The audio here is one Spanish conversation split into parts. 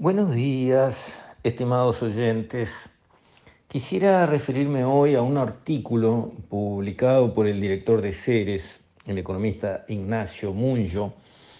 Buenos días, estimados oyentes. Quisiera referirme hoy a un artículo publicado por el director de Ceres, el economista Ignacio Munjo,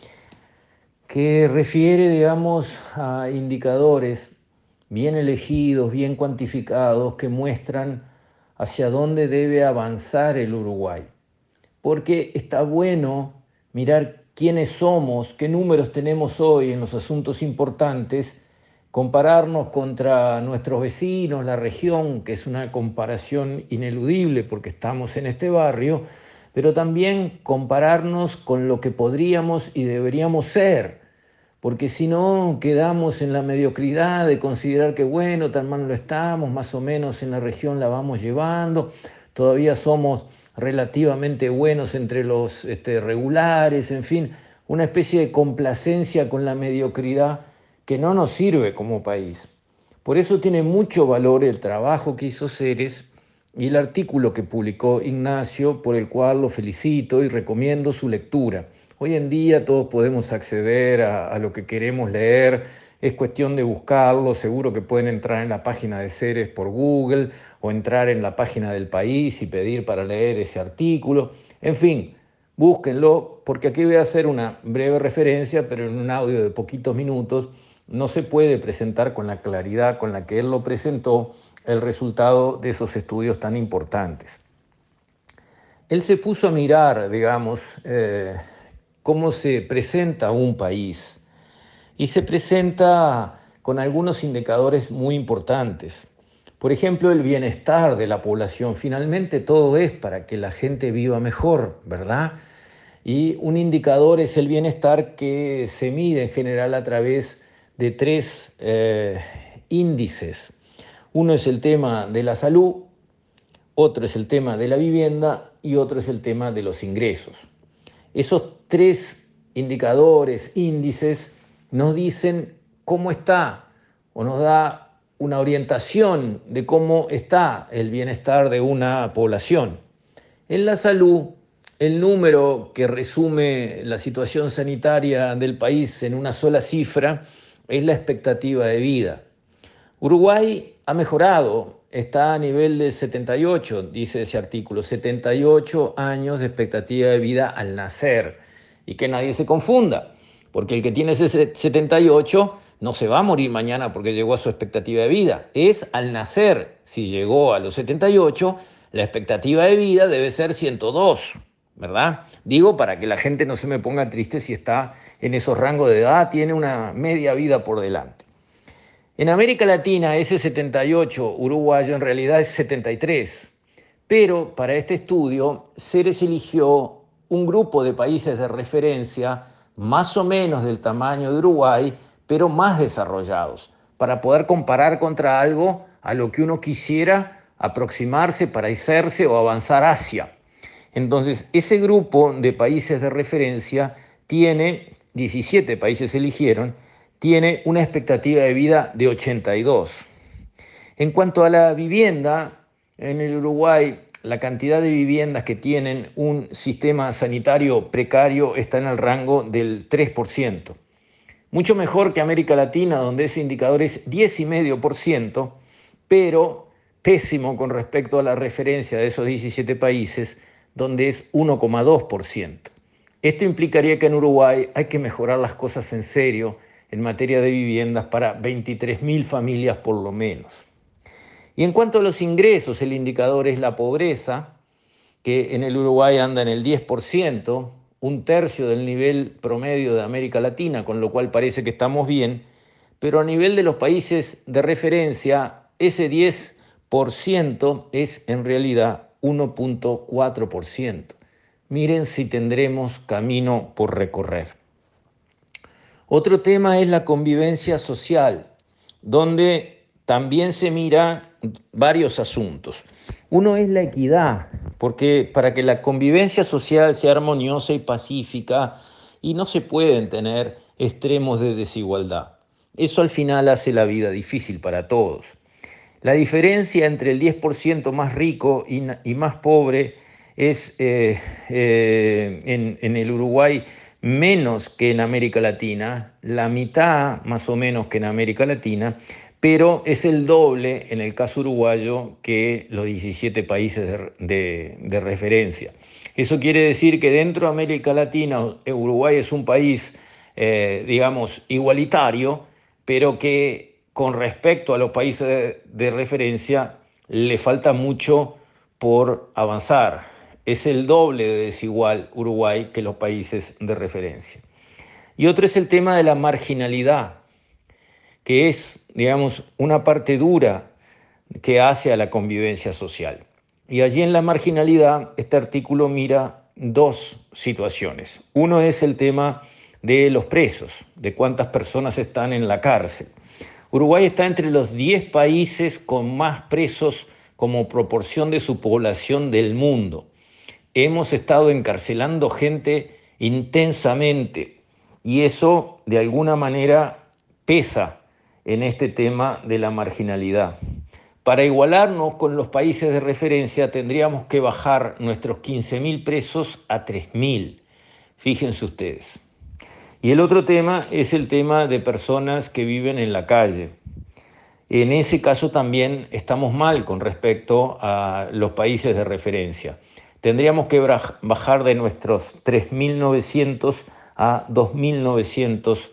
que refiere, digamos, a indicadores bien elegidos, bien cuantificados, que muestran hacia dónde debe avanzar el Uruguay. Porque está bueno mirar quiénes somos, qué números tenemos hoy en los asuntos importantes, compararnos contra nuestros vecinos, la región, que es una comparación ineludible porque estamos en este barrio, pero también compararnos con lo que podríamos y deberíamos ser, porque si no quedamos en la mediocridad de considerar que bueno, tan mal no estamos, más o menos en la región la vamos llevando, todavía somos relativamente buenos entre los regulares, en fin, una especie de complacencia con la mediocridad que no nos sirve como país. Por eso tiene mucho valor el trabajo que hizo Ceres y el artículo que publicó Ignacio, por el cual lo felicito y recomiendo su lectura. Hoy en día todos podemos acceder a lo que queremos leer, es cuestión de buscarlo, seguro que pueden entrar en la página de Ceres por Google o entrar en la página del País y pedir para leer ese artículo. En fin, búsquenlo, porque aquí voy a hacer una breve referencia, pero en un audio de poquitos minutos no se puede presentar con la claridad con la que él lo presentó el resultado de esos estudios tan importantes. Él se puso a mirar, digamos, cómo se presenta un país y se presenta con algunos indicadores muy importantes. Por ejemplo, el bienestar de la población. Finalmente todo es para que la gente viva mejor, ¿verdad? Y un indicador es el bienestar que se mide en general a través de tres índices. Uno es el tema de la salud, otro es el tema de la vivienda y otro es el tema de los ingresos. Esos tres indicadores, índices, nos dicen cómo está o nos da una orientación de cómo está el bienestar de una población. En la salud, el número que resume la situación sanitaria del país en una sola cifra es la expectativa de vida. Uruguay ha mejorado, está a nivel de 78, dice ese artículo, 78 años de expectativa de vida al nacer. Y que nadie se confunda, porque el que tiene ese 78 no se va a morir mañana porque llegó a su expectativa de vida, es al nacer. Si llegó a los 78, la expectativa de vida debe ser 102, ¿verdad? Digo para que la gente no se me ponga triste si está en esos rangos de edad, tiene una media vida por delante. En América Latina ese 78 uruguayo en realidad es 73, pero para este estudio Ceres eligió un grupo de países de referencia más o menos del tamaño de Uruguay, pero más desarrollados, para poder comparar contra algo a lo que uno quisiera aproximarse, parecerse o avanzar hacia. Entonces, ese grupo de países de referencia tiene, 17 países eligieron, tiene una expectativa de vida de 82. En cuanto a la vivienda, en el Uruguay la cantidad de viviendas que tienen un sistema sanitario precario está en el rango del 3%. Mucho mejor que América Latina, donde ese indicador es 10,5%, pero pésimo con respecto a la referencia de esos 17 países, donde es 1,2%. Esto implicaría que en Uruguay hay que mejorar las cosas en serio en materia de viviendas para 23.000 familias por lo menos. Y en cuanto a los ingresos, el indicador es la pobreza, que en el Uruguay anda en el 10%, un tercio del nivel promedio de América Latina, con lo cual parece que estamos bien, pero a nivel de los países de referencia, ese 10% es en realidad 1,4%. Miren si tendremos camino por recorrer. Otro tema es la convivencia social, donde también se mira varios asuntos. Uno es la equidad, porque para que la convivencia social sea armoniosa y pacífica, y no se pueden tener extremos de desigualdad. Eso al final hace la vida difícil para todos. La diferencia entre el 10% más rico y más pobre es en el Uruguay menos que en América Latina, la mitad más o menos que en América Latina, pero es el doble en el caso uruguayo que los 17 países de referencia. Eso quiere decir que dentro de América Latina, Uruguay es un país, digamos, igualitario, pero que con respecto a los países de referencia le falta mucho por avanzar. Es el doble de desigual Uruguay que los países de referencia. Y otro es el tema de la marginalidad, que es, digamos, una parte dura que hace a la convivencia social. Y allí en la marginalidad, este artículo mira dos situaciones. Uno es el tema de los presos, de cuántas personas están en la cárcel. Uruguay está entre los 10 países con más presos como proporción de su población del mundo. Hemos estado encarcelando gente intensamente y eso de alguna manera pesa en este tema de la marginalidad. Para igualarnos con los países de referencia tendríamos que bajar nuestros 15.000 presos a 3.000. Fíjense ustedes. Y el otro tema es el tema de personas que viven en la calle. En ese caso también estamos mal con respecto a los países de referencia. Tendríamos que bajar de nuestros 3.900 a 2.900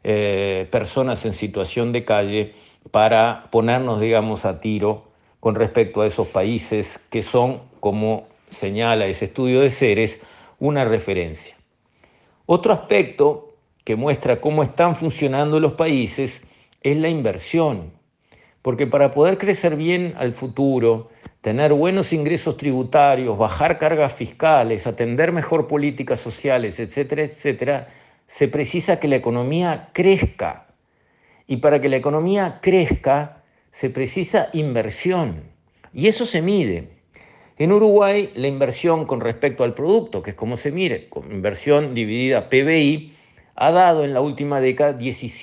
personas en situación de calle para ponernos, digamos, a tiro con respecto a esos países que son, como señala ese estudio de Ceres, una referencia. Otro aspecto que muestra cómo están funcionando los países es la inversión. Porque para poder crecer bien al futuro, tener buenos ingresos tributarios, bajar cargas fiscales, atender mejor políticas sociales, etcétera, etcétera, se precisa que la economía crezca. Y para que la economía crezca, se precisa inversión. Y eso se mide. En Uruguay, la inversión con respecto al producto, que es como se mide, con inversión dividida PBI, ha dado en la última década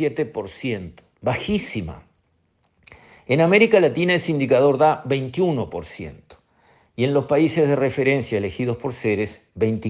17%, bajísima. En América Latina ese indicador da 21% y en los países de referencia elegidos por Ceres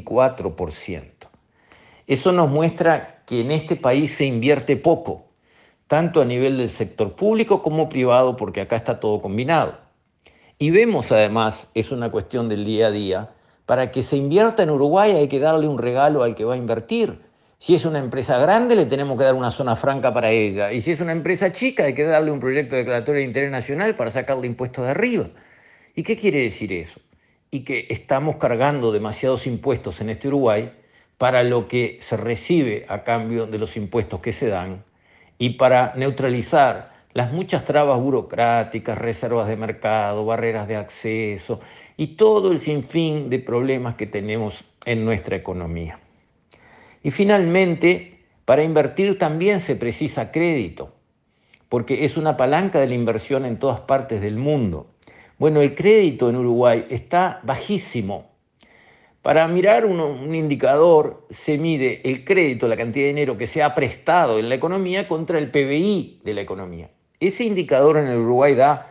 24%. Eso nos muestra que en este país se invierte poco, tanto a nivel del sector público como privado, porque acá está todo combinado. Y vemos además, es una cuestión del día a día, para que se invierta en Uruguay hay que darle un regalo al que va a invertir. Si es una empresa grande, le tenemos que dar una zona franca para ella. Y si es una empresa chica, hay que darle un proyecto declaratorio de interés nacional para sacarle impuestos de arriba. ¿Y qué quiere decir eso? Y que estamos cargando demasiados impuestos en este Uruguay para lo que se recibe a cambio de los impuestos que se dan y para neutralizar las muchas trabas burocráticas, reservas de mercado, barreras de acceso y todo el sinfín de problemas que tenemos en nuestra economía. Y finalmente, para invertir también se precisa crédito, porque es una palanca de la inversión en todas partes del mundo. Bueno, el crédito en Uruguay está bajísimo. Para mirar un indicador se mide el crédito, la cantidad de dinero que se ha prestado en la economía contra el PBI de la economía. Ese indicador en el Uruguay da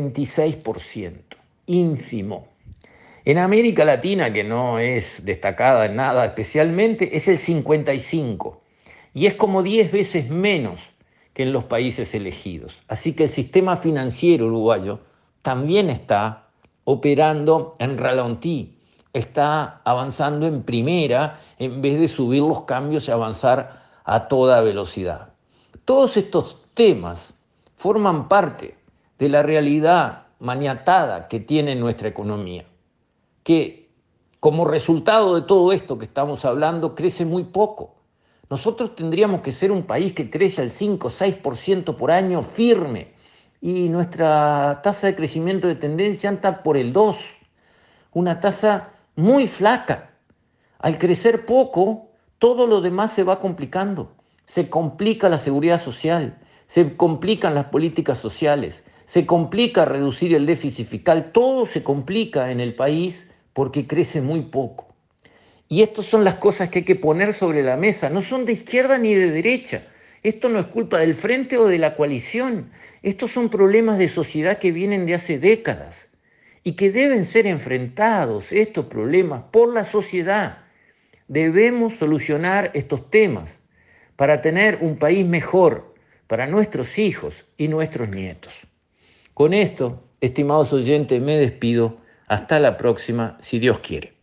26%, ínfimo. En América Latina, que no es destacada en nada especialmente, es el 55% y es como 10 veces menos que en los países elegidos. Así que el sistema financiero uruguayo también está operando en ralentí, está avanzando en primera en vez de subir los cambios y avanzar a toda velocidad. Todos estos temas forman parte de la realidad maniatada que tiene nuestra economía, que como resultado de todo esto que estamos hablando crece muy poco. Nosotros tendríamos que ser un país que crece al 5 o 6% por año firme y nuestra tasa de crecimiento de tendencia anda por el 2%, una tasa muy flaca. Al crecer poco, todo lo demás se va complicando. Se complica la seguridad social, se complican las políticas sociales, se complica reducir el déficit fiscal, todo se complica en el país porque crece muy poco. Y estas son las cosas que hay que poner sobre la mesa, no son de izquierda ni de derecha. Esto no es culpa del frente o de la coalición. Estos son problemas de sociedad que vienen de hace décadas y que deben ser enfrentados, estos problemas, por la sociedad. Debemos solucionar estos temas para tener un país mejor para nuestros hijos y nuestros nietos. Con esto, estimados oyentes, me despido. Hasta la próxima, si Dios quiere.